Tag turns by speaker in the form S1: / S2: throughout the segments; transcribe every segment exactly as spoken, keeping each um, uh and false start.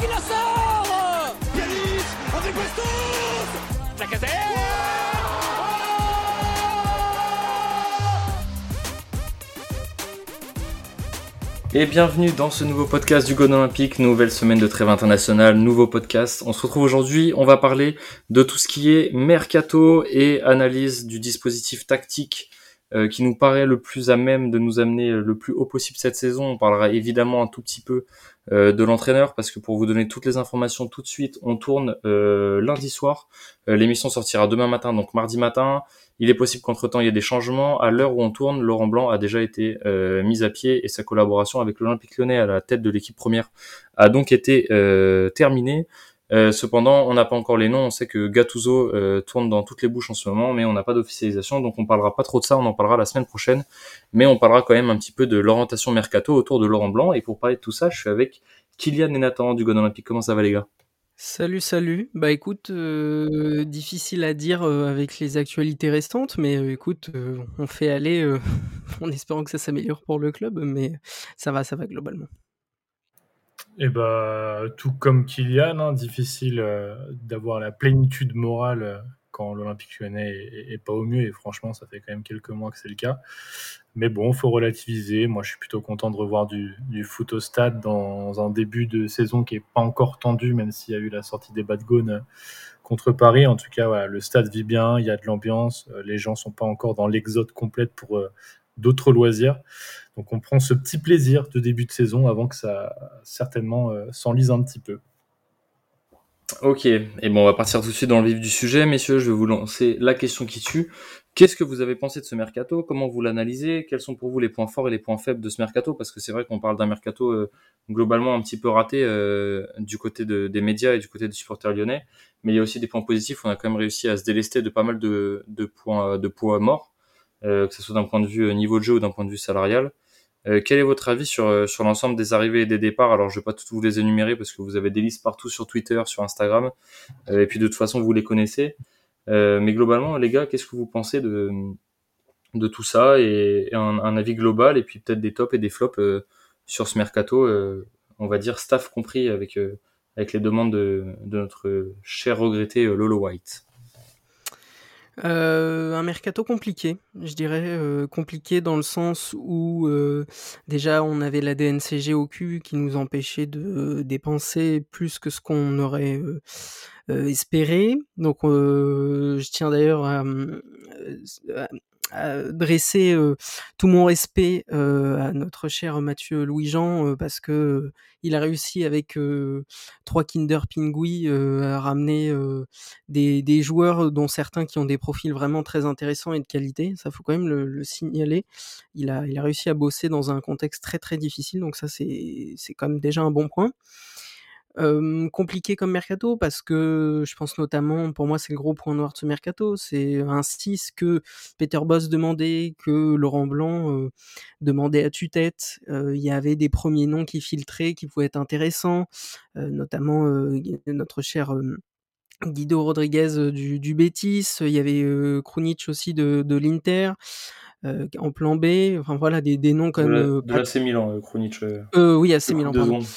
S1: qui la sort. Pjanic avec Bastos. Lacazette.
S2: Et bienvenue dans ce nouveau podcast du Gone Olympique, nouvelle semaine de trêve internationale, nouveau podcast. On se retrouve aujourd'hui, on va parler de tout ce qui est mercato et analyse du dispositif tactique euh, qui nous paraît le plus à même de nous amener le plus haut possible cette saison. On parlera évidemment un tout petit peu euh, de l'entraîneur parce que pour vous donner toutes les informations tout de suite, on tourne euh, lundi soir. Euh, l'émission sortira demain matin, donc mardi matin. Il est possible qu'entre-temps, il y ait des changements. À l'heure où on tourne, Laurent Blanc a déjà été euh, mis à pied et sa collaboration avec l'Olympique Lyonnais à la tête de l'équipe première a donc été euh, terminée. Euh, cependant, on n'a pas encore les noms. On sait que Gattuso euh, tourne dans toutes les bouches en ce moment, mais on n'a pas d'officialisation, donc on parlera pas trop de ça. On en parlera la semaine prochaine, mais on parlera quand même un petit peu de l'orientation mercato autour de Laurent Blanc. Et pour parler de tout ça, je suis avec Kylian et Nathan du Gone Olympique. Comment ça va, les gars ?
S3: Salut, salut. Bah écoute, euh, difficile à dire euh, avec les actualités restantes, mais euh, écoute, euh, on fait aller euh, en espérant que ça s'améliore pour le club, mais ça va, ça va globalement.
S4: Et bah, tout comme Kylian, hein, difficile euh, d'avoir la plénitude morale euh, quand l'Olympique Lyonnais est, est, est pas au mieux, et franchement, ça fait quand même quelques mois que c'est le cas. Mais bon, faut relativiser. Moi, je suis plutôt content de revoir du, du foot au stade dans un début de saison qui est pas encore tendu, même s'il y a eu la sortie des Bad Gaunes contre Paris. En tout cas, voilà, le stade vit bien, il y a de l'ambiance, euh, les gens sont pas encore dans l'exode complète pour euh, d'autres loisirs. Donc on prend ce petit plaisir de début de saison avant que ça certainement euh, s'enlise un petit peu.
S2: Ok, et bon, on va partir tout de suite dans le vif du sujet, messieurs. Je vais vous lancer la question qui tue. Qu'est-ce que vous avez pensé de ce mercato ? Comment vous l'analysez ? Quels sont pour vous les points forts et les points faibles de ce mercato ? Parce que c'est vrai qu'on parle d'un mercato euh, globalement un petit peu raté euh, du côté de, des médias et du côté des supporters lyonnais, mais il y a aussi des points positifs. On a quand même réussi à se délester de pas mal de, de points de poids morts, euh, que ce soit d'un point de vue euh, niveau de jeu ou d'un point de vue salarial. Euh, quel est votre avis sur, sur l'ensemble des arrivées et des départs ? Alors, je vais pas toutes vous les énumérer parce que vous avez des listes partout sur Twitter, sur Instagram, euh, et puis de toute façon, vous les connaissez. Euh, mais globalement, les gars, qu'est-ce que vous pensez de, de tout ça et, et un, un avis global et puis peut-être des tops et des flops euh, sur ce mercato, euh, on va dire staff compris avec, euh, avec les demandes de, de notre cher regretté euh, Lolo White.
S3: Euh, un mercato compliqué, je dirais, euh, compliqué dans le sens où euh, déjà on avait la D N C G au cul qui nous empêchait de dépenser plus que ce qu'on aurait euh, euh, espéré. Donc euh, je tiens d'ailleurs à, à, à dresser euh, tout mon respect euh, à notre cher Mathieu Louis-Jean euh, parce que euh, il a réussi avec euh, trois Kinder Pingui euh, à ramener euh, des, des joueurs dont certains qui ont des profils vraiment très intéressants et de qualité. Ça faut quand même le, le signaler. Il a, il a réussi à bosser dans un contexte très très difficile, donc ça c'est, c'est quand même déjà un bon point. Euh, compliqué comme mercato parce que je pense notamment, pour moi c'est le gros point noir de ce mercato, c'est un six que Peter Bosz demandait, que Laurent Blanc euh, demandait à tue-tête. Euh, il y avait des premiers noms qui filtraient, qui pouvaient être intéressants, euh, notamment euh, notre cher euh, Guido Rodriguez du, du Betis, il y avait euh, Krunic aussi de, de l'Inter euh, en plan B, enfin voilà des, des noms quand
S2: De,
S3: même
S2: la,
S3: euh,
S2: de
S3: pas...
S2: l'A C Milan, euh, Krunic. Euh,
S3: euh, oui, A C
S2: le coup
S3: Milan,
S2: de deux
S3: pardon.
S2: secondes.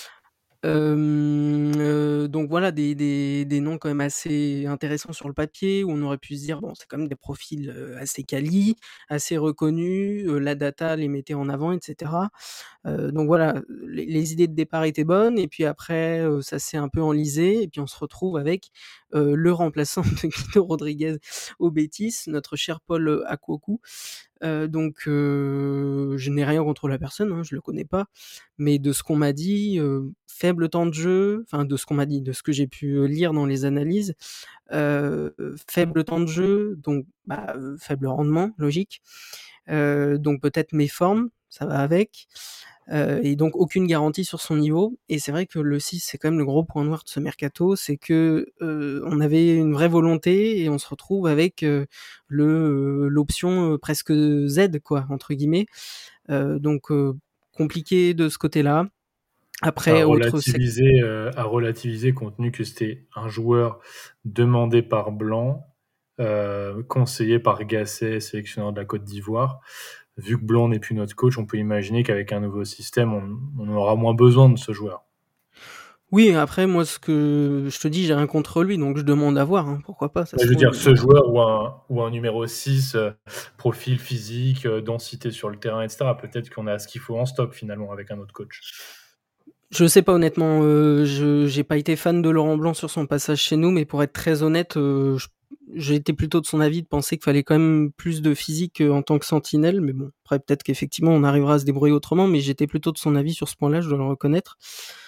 S3: Euh, euh, donc voilà des, des, des noms quand même assez intéressants sur le papier où on aurait pu se dire bon c'est quand même des profils euh, assez quali, assez reconnus, euh, la data les mettait en avant, et cetera. Euh, donc voilà, les, les idées de départ étaient bonnes et puis après euh, ça s'est un peu enlisé et puis on se retrouve avec euh, le remplaçant de Guido Rodriguez au Betis, notre cher Paul Akwoku. Euh, donc euh, je n'ai rien contre la personne, hein, je le connais pas, mais de ce qu'on m'a dit, euh, faible temps de jeu, enfin de ce qu'on m'a dit, de ce que j'ai pu lire dans les analyses, euh, faible temps de jeu, donc bah, euh, faible rendement, logique, euh, donc peut-être méforme, ça va avec, euh, et donc aucune garantie sur son niveau. Et c'est vrai que le six, c'est quand même le gros point noir de ce mercato, c'est que euh, on avait une vraie volonté et on se retrouve avec euh, le euh, l'option euh, presque Z, quoi, entre guillemets. Euh, donc euh, compliqué de ce côté-là. Après,
S4: À
S3: autre sec-
S4: relativiser, euh, à relativiser compte tenu que c'était un joueur demandé par Blanc, euh, conseillé par Gasset, sélectionneur de la Côte d'Ivoire. Vu que Blanc n'est plus notre coach, on peut imaginer qu'avec un nouveau système, on, on aura moins besoin de ce joueur.
S3: Oui, après, moi, ce que je te dis, j'ai rien contre lui, donc je demande à voir, hein, pourquoi pas, ça
S4: Ouais,
S3: se
S4: je veux
S3: trouve,
S4: dire,
S3: il
S4: ce joueur ou un, ou un numéro six, euh, profil physique, euh, densité sur le terrain, et cetera. Peut-être qu'on a ce qu'il faut en stock finalement avec un autre coach.
S3: Je sais pas honnêtement, heu, je j'ai pas été fan de Laurent Blanc sur son passage chez nous, mais pour être très honnête, heu, j j'ai été plutôt de son avis de penser qu'il fallait quand même plus de physique, heu, en tant que sentinelle, mais bon, après peut-être qu'effectivement on arrivera à se débrouiller autrement, mais j'étais plutôt de son avis sur ce point-là, je dois le reconnaître.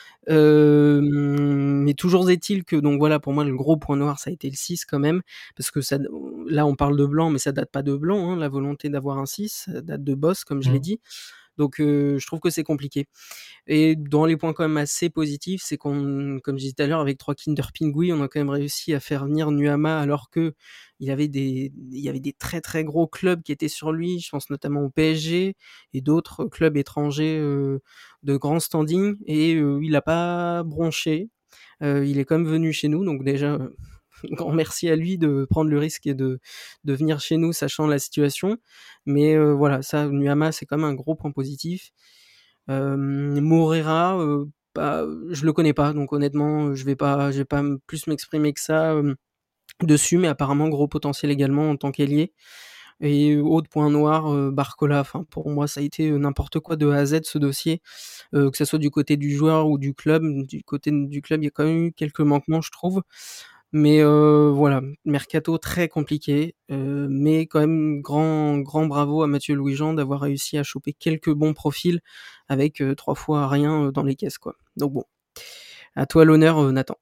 S3: Hem, mais toujours est-il que donc voilà, pour moi le gros point noir ça a été le six quand même, parce que ça là on parle de Blanc, mais ça date pas de Blanc, hein, la volonté d'avoir un six, ça date de Boss comme je l'ai
S4: Mm.
S3: dit. Donc heu, je trouve que c'est compliqué. Et dans les points quand même assez positifs, c'est qu'on, comme je disais tout à l'heure, avec trois Kinder Pingui, on a quand même réussi à faire venir Nuama alors que il y avait des, il y avait des très très gros clubs qui étaient sur lui. Je pense notamment au P S G et d'autres clubs étrangers euh, de grand standing. Et euh, il a pas bronché. Euh, il est quand même venu chez nous, donc déjà. Euh, grand merci à lui de prendre le risque et de, de venir chez nous sachant la situation. Mais euh, voilà, ça, Nuama, c'est quand même un gros point positif. Euh, Moreira, euh, bah, je le connais pas, donc honnêtement, je vais pas, je vais pas plus m'exprimer que ça euh, dessus, mais apparemment gros potentiel également en tant qu'ailier. Et autre point noir, euh, Barcola. Enfin, pour moi, ça a été n'importe quoi de A à Z ce dossier, euh, que ce soit du côté du joueur ou du club. Du côté du club, il y a quand même eu quelques manquements, je trouve. Mais euh, voilà, mercato très compliqué, euh, mais quand même grand grand bravo à Mathieu Louis-Jean d'avoir réussi à choper quelques bons profils avec euh, trois fois rien euh, dans les caisses quoi. Donc bon, à toi l'honneur euh, Nathan.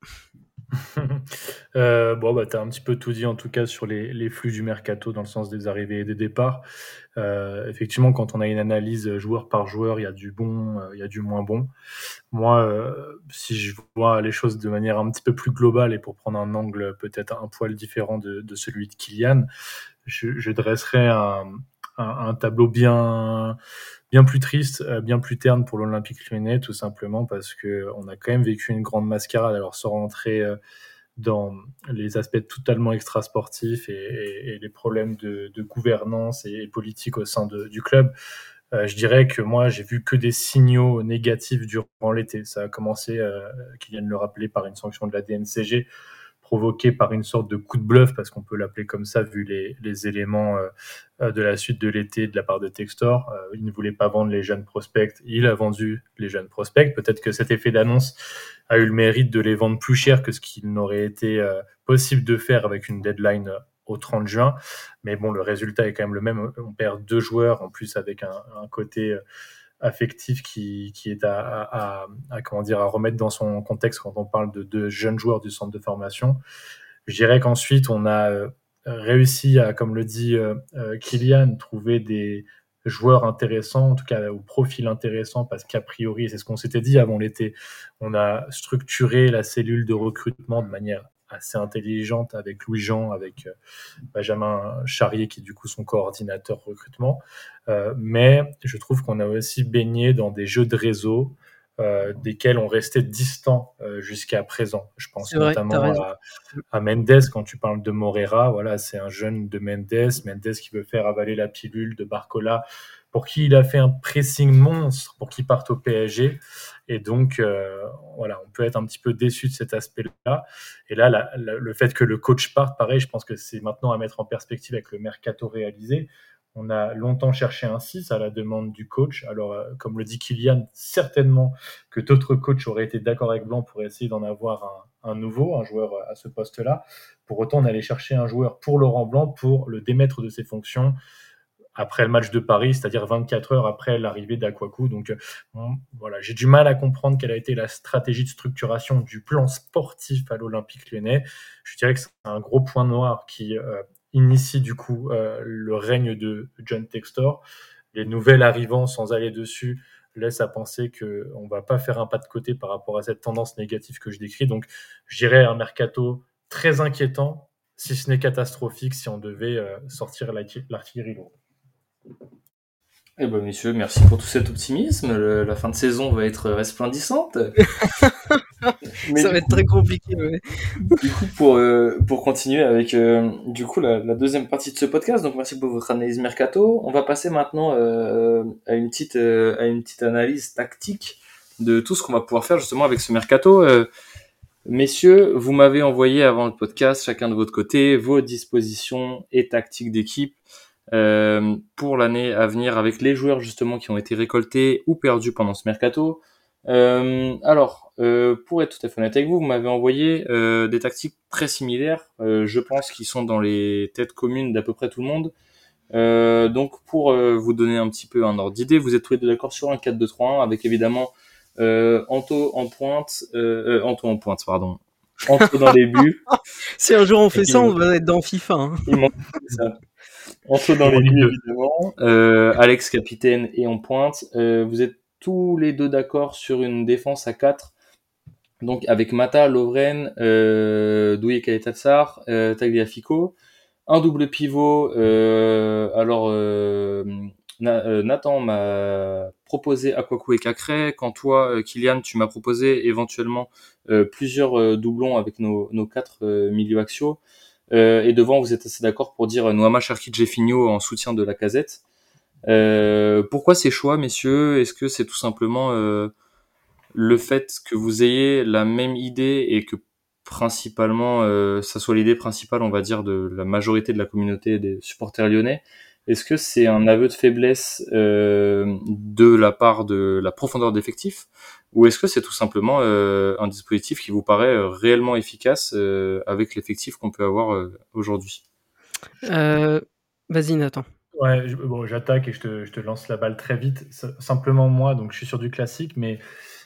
S4: Euh, bon, bah, tu as un petit peu tout dit en tout cas sur les, les flux du mercato dans le sens des arrivées et des départs. Euh, effectivement, quand on a une analyse joueur par joueur, il y a du bon, euh, il y a du moins bon. Moi, euh, si je vois les choses de manière un petit peu plus globale et pour prendre un angle peut-être un poil différent de, de celui de Kylian, je, je dresserais un, un, un tableau bien, bien plus triste, euh, bien plus terne pour l'Olympique Lyonnais, tout simplement parce que on a quand même vécu une grande mascarade. Alors sans rentrer euh, dans les aspects totalement extrasportifs et, et, et les problèmes de, de gouvernance et, et politique au sein de, du club, euh, je dirais que moi, j'ai vu que des signaux négatifs durant l'été. Ça a commencé, euh, Kylian le rappeler, par une sanction de la D N C G provoquée par une sorte de coup de bluff, parce qu'on peut l'appeler comme ça, vu les, les éléments euh, de la suite de l'été de la part de Textor. Euh, il ne voulait pas vendre les jeunes prospects, il a vendu les jeunes prospects. Peut-être que cet effet d'annonce a eu le mérite de les vendre plus cher que ce qu'il n'aurait été euh, possible de faire avec une deadline euh, au trente juin. Mais bon, le résultat est quand même le même. On perd deux joueurs, en plus avec un, un côté euh, affectif qui, qui est à, à, à, à, comment dire, à remettre dans son contexte quand on parle de deux jeunes joueurs du centre de formation. Je dirais qu'ensuite, on a euh, réussi à, comme le dit euh, euh, Kylian, trouver des joueurs intéressants, en tout cas au profil intéressant, parce qu'a priori, c'est ce qu'on s'était dit avant l'été, on a structuré la cellule de recrutement de manière assez intelligente avec Louis-Jean, avec euh, Benjamin Charrier qui est du coup son coordinateur recrutement. Euh, mais je trouve qu'on a aussi baigné dans des jeux de réseau euh, desquels on restait distant euh, jusqu'à présent. Je pense
S3: C'est vrai, t'as
S4: notamment
S3: raison.
S4: à, à Mendes, quand tu parles de Moreira, voilà, c'est un jeune de Mendes, Mendes qui veut faire avaler la pilule de Barcola, pour qui il a fait un pressing monstre pour qu'il parte au P S G. Et donc, euh, voilà, on peut être un petit peu déçu de cet aspect-là. Et là, la, la, le fait que le coach parte, pareil, je pense que c'est maintenant à mettre en perspective avec le mercato réalisé. On a longtemps cherché un six à la demande du coach. Alors, euh, comme le dit Kylian, certainement que d'autres coachs auraient été d'accord avec Blanc pour essayer d'en avoir un, un nouveau, un joueur à ce poste-là. Pour autant, on allait chercher un joueur pour Laurent Blanc pour le démettre de ses fonctions après le match de Paris, c'est-à-dire vingt-quatre heures après l'arrivée d'Akwaku. Donc bon, voilà, j'ai du mal à comprendre quelle a été la stratégie de structuration du plan sportif à l'Olympique Lyonnais. Je dirais que c'est un gros point noir qui euh, initie du coup euh, le règne de John Textor. Les nouvelles arrivants, sans aller dessus, laissent à penser qu'on ne va pas faire un pas de côté par rapport à cette tendance négative que je décris. Donc je dirais un mercato très inquiétant, si ce n'est catastrophique, si on devait euh, sortir l'artillerie lourde.
S2: Eh ben, messieurs, merci pour tout cet optimisme. Le, la fin de saison va être resplendissante.
S3: Mais ça va coup, être très compliqué. Ouais.
S2: Du coup, pour euh, pour continuer avec euh, du coup la, la deuxième partie de ce podcast, donc merci pour votre analyse mercato. On va passer maintenant euh, à une petite euh, à une petite analyse tactique de tout ce qu'on va pouvoir faire justement avec ce mercato. Euh, messieurs, vous m'avez envoyé avant le podcast, chacun de votre côté, vos dispositions et tactiques d'équipe euh, pour l'année à venir avec les joueurs justement qui ont été récoltés ou perdus pendant ce mercato. Euh, alors, euh, pour être tout à fait honnête avec vous, vous m'avez envoyé euh, des tactiques très similaires. Euh, je pense qu'ils sont dans les têtes communes d'à peu près tout le monde. Euh, donc, pour euh, vous donner un petit peu un ordre d'idée, vous êtes tous les deux d'accord sur un quatre deux trois un avec évidemment euh, Anto en pointe, euh, euh, Anto en pointe, pardon, Anto dans les buts.
S3: Si un jour on fait
S2: Et
S3: ça,
S2: il-
S3: on va être dans FIFA. Hein.
S2: il manque ça. Anto dans les
S4: Pour Ligue
S2: buts
S4: deux.
S2: évidemment. Euh, Alex capitaine et en pointe. Euh, vous êtes tous les deux d'accord sur une défense à quatre. Donc avec Mata, Lovren, euh, Douye Kaetatsar, euh, Tagliafico, un double pivot. Euh, alors euh, Na- euh, Nathan m'a proposé Akwaku et Cacré. Quand toi, euh, Kylian, tu m'as proposé éventuellement euh, plusieurs euh, doublons avec nos, nos quatre euh, milieux axiaux. Euh, et devant, vous êtes assez d'accord pour dire Noama, Cherki, Jeffinho en soutien de Lacazette. Euh, pourquoi ces choix, messieurs? Est-ce que c'est tout simplement euh, le fait que vous ayez la même idée et que principalement euh, ça soit l'idée principale, on va dire, de la majorité de la communauté des supporters lyonnais? Est-ce que c'est un aveu de faiblesse euh, de la part de la profondeur d'effectif, ou est-ce que c'est tout simplement euh, un dispositif qui vous paraît euh, réellement efficace euh, avec l'effectif qu'on peut avoir euh, aujourd'hui?
S3: Euh, Vas-y, Nathan.
S4: Ouais, je- bon, j'attaque et je te, je te lance la balle très vite. S- Simplement moi, donc je suis sur du classique, mais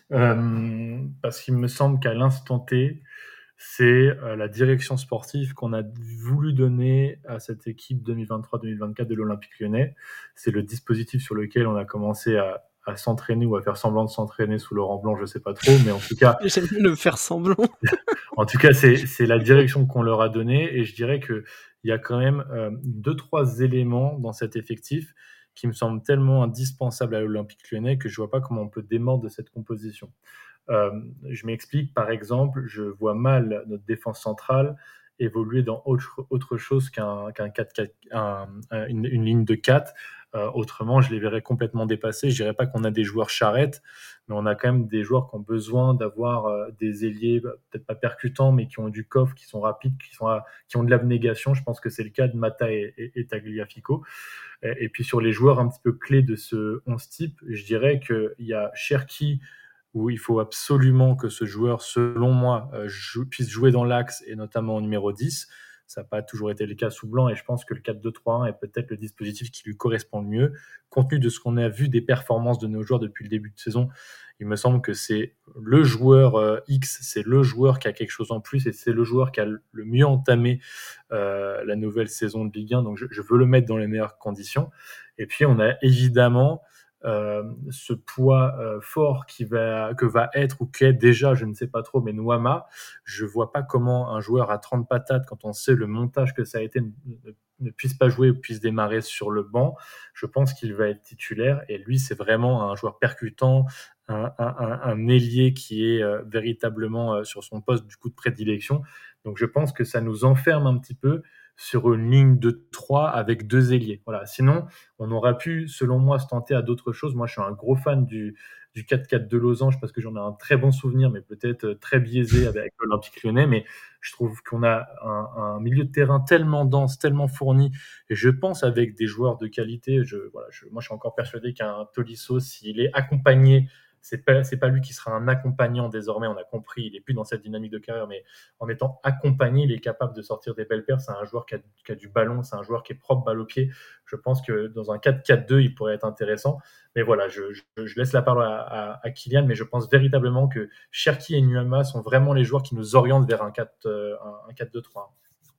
S4: euh, parce qu'il me semble qu'à l'instant T, c'est euh, la direction sportive qu'on a voulu donner à cette équipe deux mille vingt-trois deux mille vingt-quatre de l'Olympique Lyonnais. C'est le dispositif sur lequel on a commencé à, à s'entraîner ou à faire semblant de s'entraîner sous Laurent Blanc, je sais pas trop, mais en tout cas,
S3: J'aime bien le faire semblant.
S4: en tout cas, c'est c'est la direction qu'on leur a donnée et je dirais que il y a quand même euh, deux trois éléments dans cet effectif qui me semblent tellement indispensables à l'Olympique Lyonnais que je vois pas comment on peut démordre de cette composition. Euh, je m'explique, par exemple, je vois mal notre défense centrale évoluer dans autre, autre chose qu'un, qu'un quatre quatre, un- un- une, une ligne de quatre. Euh, autrement, je les verrais complètement dépassés. Je dirais pas qu'on a des joueurs charrettes, mais on a quand même des joueurs qui ont besoin d'avoir euh, des ailiers, bah, peut-être pas percutants, mais qui ont du coffre, qui sont rapides, qui, sont à- qui ont de l'abnégation. Je pense que c'est le cas de Mata et, et, et Tagliafico. Et, et puis sur les joueurs un petit peu clés de ce onze type, je dirais qu'il y a Cherki, où il faut absolument que ce joueur, selon moi, euh, jou- puisse jouer dans l'axe et notamment au numéro dix. Ça n'a pas toujours été le cas sous Blanc et je pense que le quatre deux trois un est peut-être le dispositif qui lui correspond le mieux. Compte tenu de ce qu'on a vu des performances de nos joueurs depuis le début de saison, il me semble que c'est le joueur euh, X, c'est le joueur qui a quelque chose en plus et c'est le joueur qui a le le mieux entamé euh, la nouvelle saison de Ligue un. Donc je, je veux le mettre dans les meilleures conditions. Et puis on a évidemment euh, ce poids euh, fort qui va, que va être ou qu'est déjà, je ne sais pas trop, mais Noama, je vois pas comment un joueur à trente patates, quand on sait le montage que ça a été, ne, ne puisse pas jouer ou puisse démarrer sur le banc. Je pense qu'il va être titulaire et lui, c'est vraiment un joueur percutant, un, un, un, un ailier qui est euh, véritablement euh, sur son poste du coup de prédilection. Donc je pense que ça nous enferme un petit peu sur une ligne de trois avec deux ailiers. Voilà. Sinon, on aurait pu, selon moi, se tenter à d'autres choses. Moi, je suis un gros fan du, du quatre quatre de Losange parce que j'en ai un très bon souvenir, mais peut-être euh, très biaisé avec l'Olympique Lyonnais. Mais je trouve qu'on a un, un milieu de terrain tellement dense, tellement fourni, et je pense avec des joueurs de qualité. Je, voilà, je, moi, je suis encore persuadé qu'un Tolisso, s'il est accompagné, c'est pas, c'est pas lui qui sera un accompagnant désormais. On a compris, il est plus dans cette dynamique de carrière, mais en étant accompagné, il est capable de sortir des belles paires. C'est un joueur qui a, qui a du ballon, c'est un joueur qui est propre balle au pied. Je pense que dans un quatre quatre deux, il pourrait être intéressant. Mais voilà, je, je, je laisse la parole à, à, à Kylian, mais je pense véritablement que Cherki et Nuama sont vraiment les joueurs qui nous orientent vers un quatre, euh, un quatre deux trois.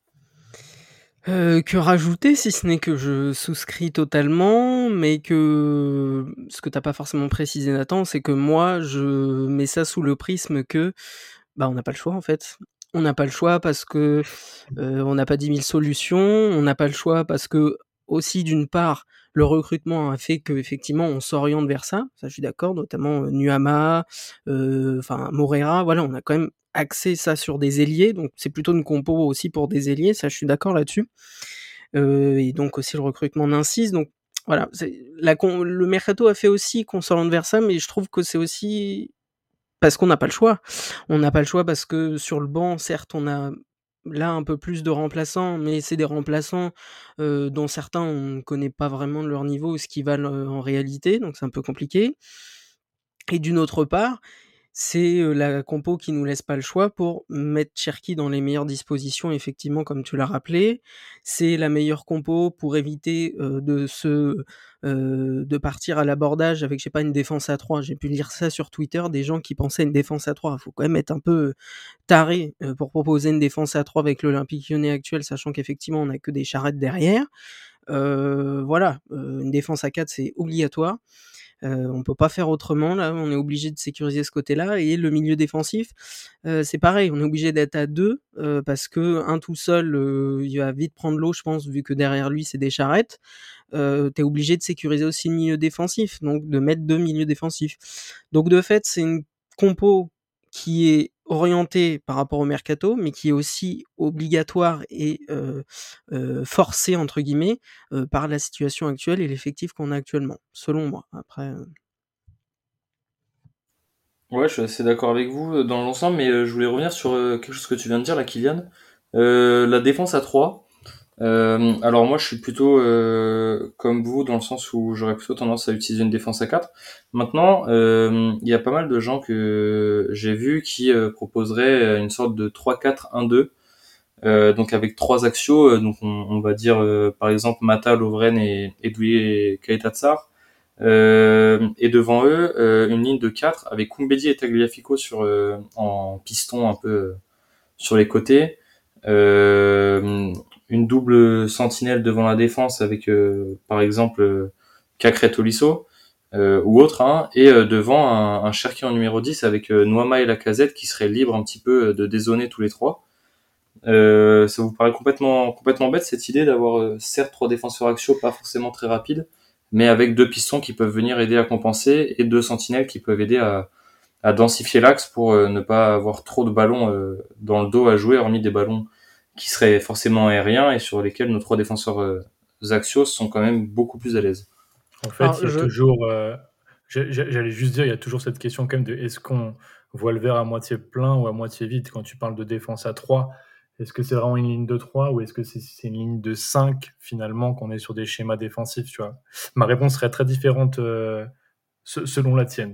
S3: Euh, que rajouter, si ce n'est que je souscris totalement, mais que ce que t'as pas forcément précisé, Nathan, c'est que moi, je mets ça sous le prisme que bah, on n'a pas le choix en fait. On n'a pas le choix parce que euh, on n'a pas dix mille solutions. On n'a pas le choix parce que aussi d'une part le recrutement a fait que effectivement on s'oriente vers ça. Ça, je suis d'accord. Notamment euh, Nuama, euh, enfin Morera. Voilà, on a quand même axé ça sur des ailiers. Donc c'est plutôt une compo aussi pour des ailiers. Ça, je suis d'accord là-dessus. Euh, et donc aussi le recrutement d'insiste. Donc voilà, c'est, la, le mercato a fait aussi qu'on s'oriente vers ça, mais je trouve que c'est aussi parce qu'on n'a pas le choix. On n'a pas le choix parce que sur le banc, certes, on a là un peu plus de remplaçants, mais c'est des remplaçants euh, dont certains on ne connaît pas vraiment de leur niveau, ce qu'ils valent euh, en réalité, donc c'est un peu compliqué. Et d'une autre part, c'est euh, la compo qui nous laisse pas le choix pour mettre Cherki dans les meilleures dispositions, effectivement, comme tu l'as rappelé. C'est la meilleure compo pour éviter euh, de se euh, de partir à l'abordage avec, je sais pas, une défense à trois. J'ai pu lire ça sur Twitter, des gens qui pensaient une défense à trois. Il faut quand même être un peu taré euh, pour proposer une défense à trois avec l'Olympique Lyonnais actuel, sachant qu'effectivement, on n'a que des charrettes derrière. Euh, voilà, euh, une défense à quatre, c'est obligatoire. Euh, on peut pas faire autrement là, on est obligé de sécuriser ce côté-là. Et le milieu défensif, euh, c'est pareil, on est obligé d'être à deux euh, parce que un tout seul, euh, il va vite prendre l'eau, je pense, vu que derrière lui c'est des charrettes. Euh, t'es obligé de sécuriser aussi le milieu défensif, donc de mettre deux milieux défensifs. Donc de fait, c'est une compo qui est orientée par rapport au mercato, mais qui est aussi obligatoire et euh, euh, forcée entre guillemets euh, par la situation actuelle et l'effectif qu'on a actuellement, selon moi. Après, euh...
S2: Ouais, je suis assez d'accord avec vous euh, dans l'ensemble, mais euh, je voulais revenir sur euh, quelque chose que tu viens de dire, là, Kylian. Euh, la défense à trois. Euh, alors moi, je suis plutôt euh, comme vous, dans le sens où j'aurais plutôt tendance à utiliser une défense à quatre. Maintenant, euh, il y a pas mal de gens que j'ai vus qui euh, proposeraient une sorte de trois quatre un deux. Euh, donc avec trois axiaux, euh, donc on, on va dire euh, par exemple Mata, Lovren et Edoué Kaitatsar. Euh, et devant eux, euh, une ligne de quatre avec Koumbedi et Tagliafico sur euh, en piston un peu euh, sur les côtés. Euh, une double sentinelle devant la défense avec euh, par exemple euh, Cacré Tolisso euh, ou autre, hein, et euh, devant un, un Cherki en numéro dix avec euh, Noama et Lacazette qui seraient libres un petit peu euh, de dézoner tous les trois. Euh, ça vous paraît complètement complètement bête cette idée d'avoir euh, certes trois défenseurs axiaux pas forcément très rapides, mais avec deux pistons qui peuvent venir aider à compenser et deux sentinelles qui peuvent aider à, à densifier l'axe pour euh, ne pas avoir trop de ballons euh, dans le dos à jouer, hormis des ballons qui seraient forcément aériens et sur lesquels nos trois défenseurs euh, axiaux sont quand même beaucoup plus à l'aise.
S4: En fait,
S3: Alors,
S4: il y a
S3: je...
S4: toujours, euh, j'ai- j'ai- j'allais juste dire, il y a toujours cette question quand même de est-ce qu'on voit le verre à moitié plein ou à moitié vide quand tu parles de défense à trois. Est-ce que c'est vraiment une ligne de trois ou est-ce que c'est c'est une ligne de cinq finalement qu'on est sur des schémas défensifs, tu vois? Ma réponse serait très différente euh, se- selon la tienne.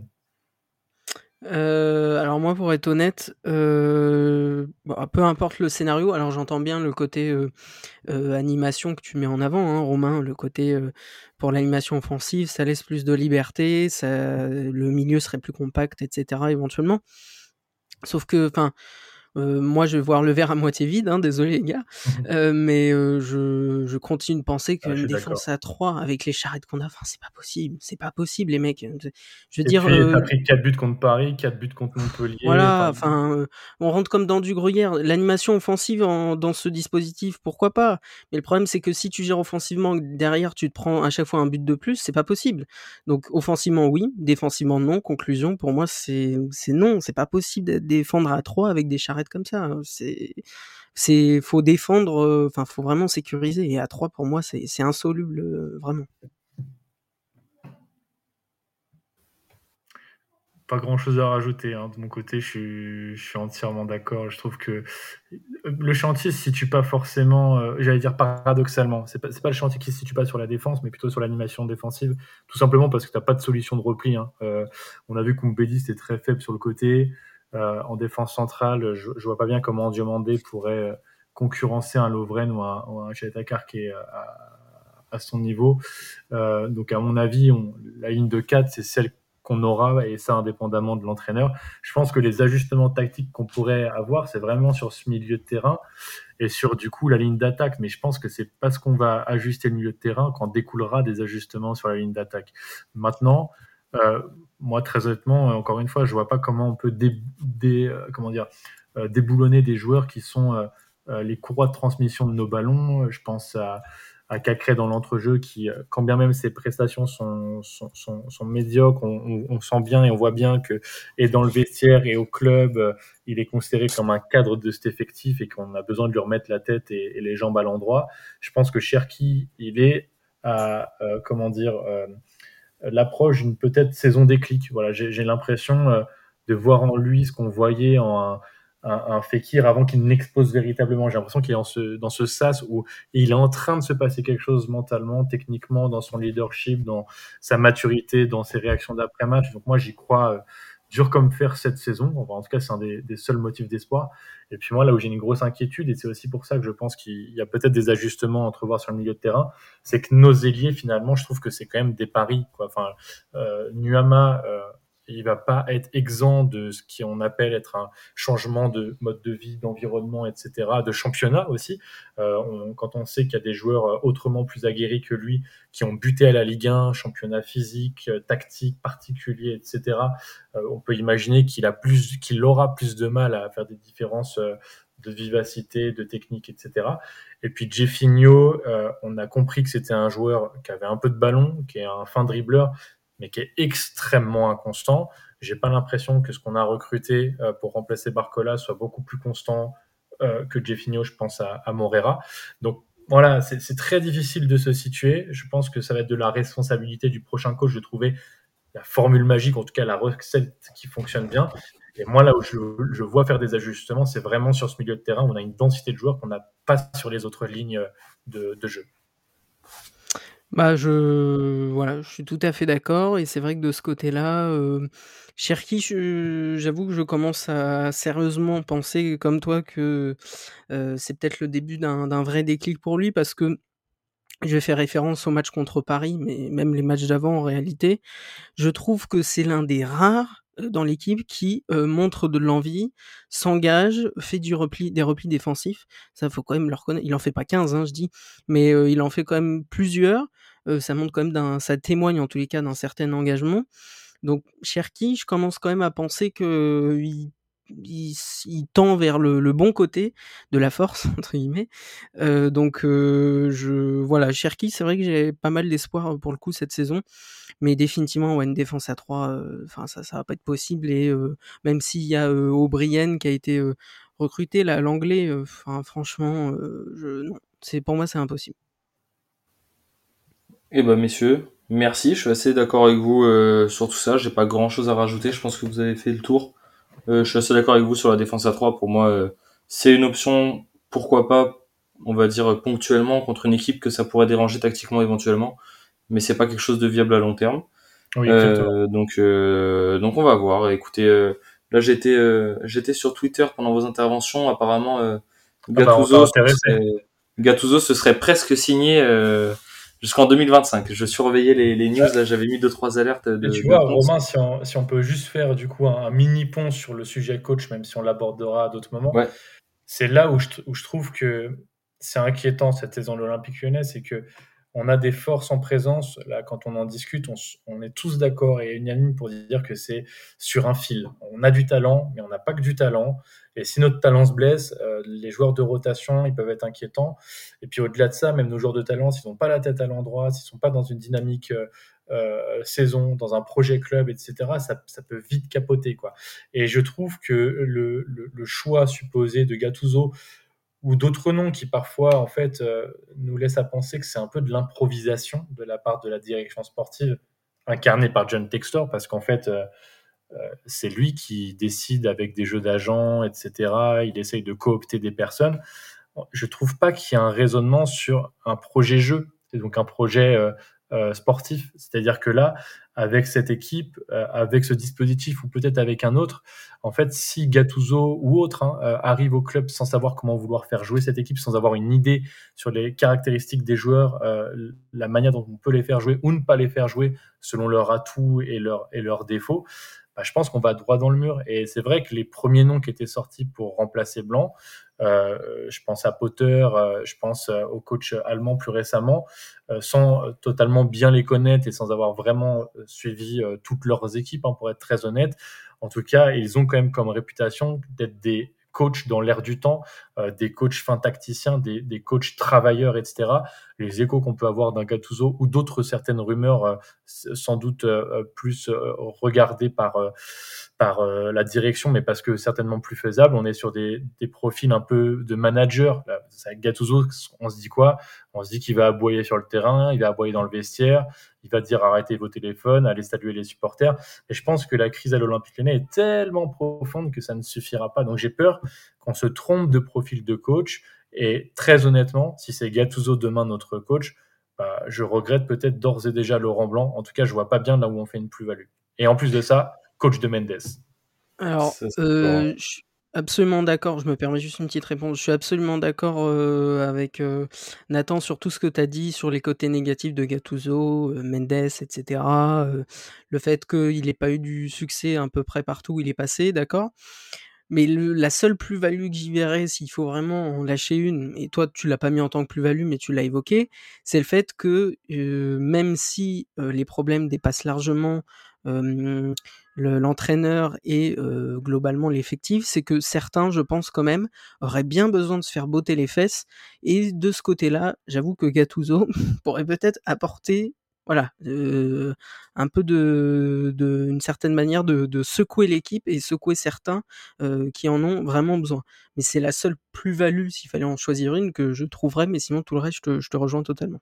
S3: Euh, alors moi, pour être honnête, euh, bon, peu importe le scénario. Alors j'entends bien le côté euh, euh, animation que tu mets en avant, hein, Romain. Le côté euh, pour l'animation offensive, ça laisse plus de liberté, ça, le milieu serait plus compact, et cetera. Éventuellement. Sauf que, enfin, euh, moi, je vais voir le verre à moitié vide, hein, désolé les gars, euh, mais euh, je, je continue de penser
S4: Ah, je
S3: qu'une
S4: suis
S3: défense
S4: d'accord.
S3: à trois avec les charrettes qu'on a, enfin, c'est pas possible, c'est pas possible les mecs. Je veux
S4: Et
S3: dire,
S4: puis, tu as
S3: euh,
S4: pris quatre buts contre Paris, quatre buts contre Montpellier.
S3: voilà,
S4: Enfin,
S3: enfin, euh, on rentre comme dans du gruyère. L'animation offensive en- dans ce dispositif, pourquoi pas? Mais le problème, c'est que si tu gères offensivement, derrière, tu te prends à chaque fois un but de plus, c'est pas possible. Donc, offensivement, oui, défensivement, non. Conclusion, pour moi, c'est, c'est non, c'est pas possible de défendre à trois avec des charrettes comme ça. hein. C'est, c'est, faut défendre, euh, enfin, faut vraiment sécuriser. Et à trois, pour moi, c'est, c'est insoluble, euh, vraiment.
S4: pas grand chose à rajouter. Hein. De mon côté, je suis, je suis entièrement d'accord. Je trouve que le chantier se situe pas forcément, euh, j'allais dire paradoxalement, c'est pas, c'est pas le chantier qui se situe pas sur la défense, mais plutôt sur l'animation défensive, tout simplement parce que tu n'as pas de solution de repli. Hein. Euh, on a vu qu'Umpedi c'était très faible sur le côté. Euh, en défense centrale, je, je vois pas bien comment Diomandé pourrait euh, concurrencer un Lovren ou un, ou un Chaitakar qui est à, à son niveau. Euh, donc à mon avis, on, la ligne de quatre, c'est celle qu'on aura, et ça indépendamment de l'entraîneur. Je pense que les ajustements tactiques qu'on pourrait avoir, c'est vraiment sur ce milieu de terrain et sur du coup la ligne d'attaque. Mais je pense que c'est parce qu'on va ajuster le milieu de terrain qu'en découlera des ajustements sur la ligne d'attaque. Maintenant, euh, moi très honnêtement, encore une fois, je vois pas comment on peut dé, dé, euh, comment dire, euh, déboulonner des joueurs qui sont euh, euh, les courroies de transmission de nos ballons. Je pense à à Cacré dans l'entrejeu qui, quand bien même ses prestations sont, sont, sont, sont médiocres, on, on, on sent bien et on voit bien que, et dans le vestiaire et au club, euh, il est considéré comme un cadre de cet effectif et qu'on a besoin de lui remettre la tête et, et les jambes à l'endroit. Je pense que Cherki, il est à, euh, comment dire, euh, l'approche d'une peut-être saison déclic. Voilà, j'ai, j'ai l'impression, euh, de voir en lui ce qu'on voyait en un, un, un Fekir avant qu'il n'expose véritablement. J'ai l'impression qu'il est en ce, dans ce sas où il est en train de se passer quelque chose mentalement, techniquement, dans son leadership, dans sa maturité, dans ses réactions d'après-match. Donc moi, j'y crois euh, dur comme fer cette saison. Enfin, en tout cas, c'est un des, des seuls motifs d'espoir. Et puis moi, là où j'ai une grosse inquiétude, et c'est aussi pour ça que je pense qu'il y a peut-être des ajustements à entrevoir sur le milieu de terrain, c'est que nos ailiers, finalement, je trouve que c'est quand même des paris, quoi. Enfin, euh, Nuama, euh, il va pas être exempt de ce qu'on appelle être un changement de mode de vie, d'environnement, et cetera, de championnat aussi. Euh, on, quand on sait qu'il y a des joueurs autrement plus aguerris que lui qui ont buté à la Ligue un, championnat physique, euh, tactique particulier, et cetera, euh, on peut imaginer qu'il a plus, qu'il aura plus de mal à faire des différences euh, de vivacité, de technique, et cetera. Et puis Jeffinho, euh, on a compris que c'était un joueur qui avait un peu de ballon, qui est un fin dribbleur, mais qui est extrêmement inconstant. J'ai pas l'impression que ce qu'on a recruté euh, pour remplacer Barcola soit beaucoup plus constant euh, que Jeffinho, je pense à, à Morera. Donc voilà, c'est, c'est très difficile de se situer. Je pense que ça va être de la responsabilité du prochain coach de trouver la formule magique, en tout cas la recette qui fonctionne bien. Et moi, là où je, je vois faire des ajustements, c'est vraiment sur ce milieu de terrain où on a une densité de joueurs qu'on n'a pas sur les autres lignes de, de jeu.
S3: Bah, je voilà, je suis tout à fait d'accord et c'est vrai que de ce côté-là, heu, Cherki, je j'avoue que je commence à sérieusement penser comme toi que, heu, c'est peut-être le début d'un d'un vrai déclic pour lui parce que je vais faire référence au match contre Paris, mais même les matchs d'avant en réalité. Je trouve que c'est l'un des rares, heu, dans l'équipe qui, heu, montre de l'envie, s'engage, fait du repli des replis défensifs. Ça, faut quand même le reconnaître. Il en fait pas quinze, hein, je dis, mais, heu, il en fait quand même plusieurs. Heu, ça montre quand même d'un ça témoigne en tous les cas d'un certain engagement. Donc Cherki, je commence quand même à penser qu'il il s il tend vers le le bon côté de la «force» entre guillemets. Heu, donc heu, je voilà, Cherki, c'est vrai que j'ai pas mal d'espoir, heu, pour le coup cette saison. Mais définitivement, ouais, une défense à trois, heu, enfin ça ça va pas être possible et heu, même s'il y a, heu, O'Brien qui a été, heu, recruté là, l'anglais, heu, enfin franchement, heu, je non, c'est pour moi, c'est impossible.
S2: Eh ben messieurs, merci, je suis assez d'accord avec vous euh, sur tout ça, j'ai pas grand chose à rajouter, je pense que vous avez fait le tour. Euh, je suis assez d'accord avec vous sur la défense à trois, pour moi euh, c'est une option, pourquoi pas, on va dire ponctuellement contre une équipe que ça pourrait déranger tactiquement éventuellement, mais c'est pas quelque chose de viable à long terme.
S4: Oui, exactement.
S2: Euh, donc euh, donc on va voir. Écoutez, euh, là j'étais euh, j'étais sur Twitter pendant vos interventions, apparemment euh,
S4: Ah bah, on t'a
S2: Gattuso se
S4: intéressé.
S2: serait, Gattuso se serait presque signé euh, jusqu'en deux mille vingt-cinq. Je surveillais les, les news, là j'avais mis deux trois alertes
S4: Et
S2: de,
S4: tu
S2: de
S4: vois,
S2: comptes.
S4: Romain, si on, si on peut juste faire du coup un, un mini pont sur le sujet coach, même si on l'abordera à d'autres moments,
S2: Ouais.
S4: c'est là où je, où je trouve que c'est inquiétant cette saison de l'Olympique Lyonnais, c'est que on a des forces en présence. Là, quand on en discute, on, s- on est tous d'accord et unanimes pour dire que c'est sur un fil. On a du talent, mais on n'a pas que du talent. Et si notre talent se blesse, euh, les joueurs de rotation, ils peuvent être inquiétants. Et puis au-delà de ça, même nos joueurs de talent, s'ils n'ont pas la tête à l'endroit, s'ils sont pas dans une dynamique euh, euh, saison, dans un projet club, et cetera, ça, ça peut vite capoter, quoi. Et je trouve que le, le, le choix supposé de Gattuso ou d'autres noms qui parfois en fait euh, nous laissent à penser que c'est un peu de l'improvisation de la part de la direction sportive incarnée par John Textor parce qu'en fait euh, euh, c'est lui qui décide avec des jeux d'agents, et cetera. Il essaye de coopter des personnes. Je trouve pas qu'il y ait un raisonnement sur un projet jeu, et donc un projet euh, euh, sportif. C'est-à-dire que là, avec cette équipe, euh, avec ce dispositif ou peut-être avec un autre, en fait, si Gattuso ou autre hein, euh, arrive au club sans savoir comment vouloir faire jouer cette équipe, sans avoir une idée sur les caractéristiques des joueurs, euh, la manière dont on peut les faire jouer ou ne pas les faire jouer selon leurs atouts et leurs et leurs défauts, bah, je pense qu'on va droit dans le mur. Et c'est vrai que les premiers noms qui étaient sortis pour remplacer Blanc, euh, je pense à Potter, euh, je pense euh, au coach allemand plus récemment, euh, sans euh, totalement bien les connaître et sans avoir vraiment euh, suivi euh, toutes leurs équipes, hein, pour être très honnête. En tout cas, ils ont quand même comme réputation d'être des coachs dans l'air du temps, euh, des coachs fin tacticiens, des, des coachs travailleurs, et cetera. les échos qu'on peut avoir d'un Gattuso ou d'autres certaines rumeurs euh, sans doute euh, plus euh, regardées par, euh, par euh, la direction, mais parce que certainement plus faisable. On est sur des, des profils un peu de manager. Là, avec Gattuso, on se dit quoi? On se dit qu'il va aboyer sur le terrain, il va aboyer dans le vestiaire, il va dire arrêtez vos téléphones, allez saluer les supporters. Et je pense que la crise à l'Olympique Lyonnais est tellement profonde que ça ne suffira pas. Donc j'ai peur qu'on se trompe de profil de coach. Et très honnêtement, si c'est Gattuso demain notre coach, bah, je regrette peut-être d'ores et déjà Laurent Blanc. En tout cas, je vois pas bien là où on fait une plus-value. Et en plus de ça, coach de Mendes.
S3: Alors,
S2: Ça, c'est
S3: euh,
S2: pas-
S3: je suis absolument d'accord. Je me permets juste une petite réponse. Je suis absolument d'accord euh, avec euh, Nathan sur tout ce que tu as dit sur les côtés négatifs de Gattuso, euh, Mendes, et cetera. euh, le fait qu'il n'ait pas eu du succès à peu près partout où il est passé, d'accord. Mais le, la seule plus-value que j'y verrais, s'il faut vraiment en lâcher une, et toi tu l'as pas mis en tant que plus-value, mais tu l'as évoqué, c'est le fait que euh, même si euh, les problèmes dépassent largement euh, le- l'entraîneur et euh, globalement l'effectif, c'est que certains, je pense quand même, auraient bien besoin de se faire botter les fesses. Et de ce côté-là, j'avoue que Gattuso pourrait peut-être apporter, voilà, euh, un peu de, de, une certaine manière de, de secouer l'équipe et secouer certains euh, qui en ont vraiment besoin. Mais c'est la seule plus-value, s'il fallait en choisir une, que je trouverais, mais sinon tout le reste, je te, je te rejoins totalement.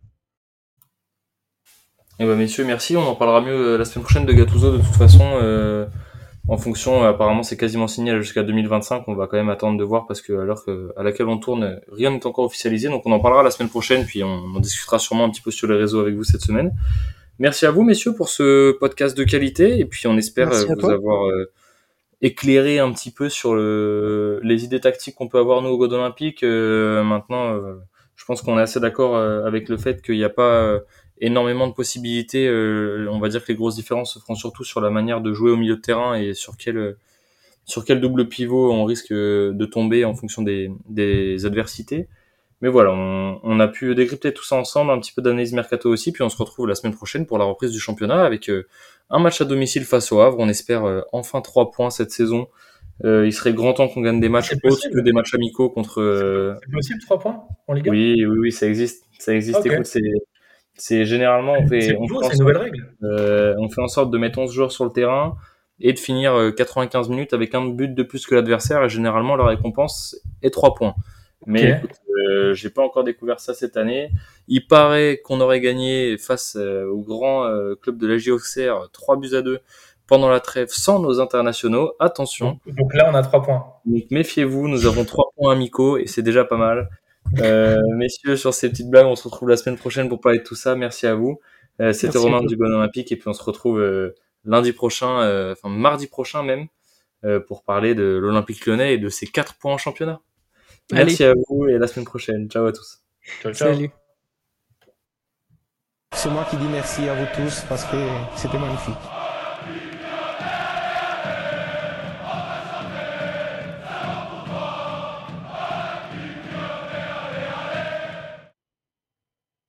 S2: Eh ben, messieurs, merci. On en parlera mieux euh, la semaine prochaine de Gattuso de toute façon. Euh, en fonction, euh, apparemment, c'est quasiment signé jusqu'à deux mille vingt-cinq. On va quand même attendre de voir parce que à l'heure que- à laquelle on tourne, rien n'est encore officialisé. Donc on en parlera la semaine prochaine, puis on en discutera sûrement un petit peu sur les réseaux avec vous cette semaine. Merci à vous, messieurs, pour ce podcast de qualité. Et puis on espère euh,
S3: Merci à
S2: vous
S3: toi.
S2: avoir euh, éclairé un petit peu sur le, les idées tactiques qu'on peut avoir nous au God Olympique. Euh, maintenant, euh, je pense qu'on est assez d'accord euh, avec le fait qu'il n'y a pas euh, énormément de possibilités. Euh, on va dire que les grosses différences se feront surtout sur la manière de jouer au milieu de terrain et sur quel sur quel double pivot on risque de tomber en fonction des, des adversités. Mais voilà, on, on a pu décrypter tout ça ensemble, un petit peu d'analyse mercato aussi, puis on se retrouve la semaine prochaine pour la reprise du championnat avec euh, un match à domicile face au Havre. On espère euh, enfin trois points cette saison. Euh, il serait grand temps qu'on gagne des matchs
S4: C'est
S2: autres que
S4: possible.
S2: des matchs amicaux contre. Euh...
S4: C'est possible, trois points en Ligue un?
S2: Oui, oui, oui, ça existe, ça existe.
S4: Ok.
S2: Écoute, c'est, c'est généralement on
S4: C'est
S2: fait, on
S4: nouveau,
S2: fait en
S4: c'est une nouvelle
S2: sorte,
S4: règle.
S2: euh, on fait en sorte de mettre onze joueurs sur le terrain et de finir euh, quatre-vingt-quinze minutes avec un but de plus que l'adversaire. Et généralement, la récompense est trois points. Mais
S4: Ok.
S2: écoute, euh, j'ai pas encore découvert ça cette année. Il paraît qu'on aurait gagné face euh, au grand euh, club de l'A J Auxerre trois buts à deux pendant la trêve sans nos internationaux. Attention.
S4: Donc, donc là, on a trois points.
S2: Donc méfiez-vous, nous avons trois points amicaux et c'est déjà pas mal. Euh, messieurs, sur ces petites blagues, on se retrouve la semaine prochaine pour parler de tout ça. Merci à vous. Euh, c'était
S3: Merci à
S2: Romain
S3: toi.
S2: du Bon Olympique et puis on se retrouve euh, lundi prochain, euh, enfin mardi prochain même, euh, pour parler de l'Olympique Lyonnais et de ses quatre points en championnat. Merci
S3: Allez,
S2: à vous et à la semaine prochaine. Ciao à tous.
S4: Ciao, ciao.
S3: salut.
S5: C'est moi qui dis merci à vous tous parce que c'était magnifique.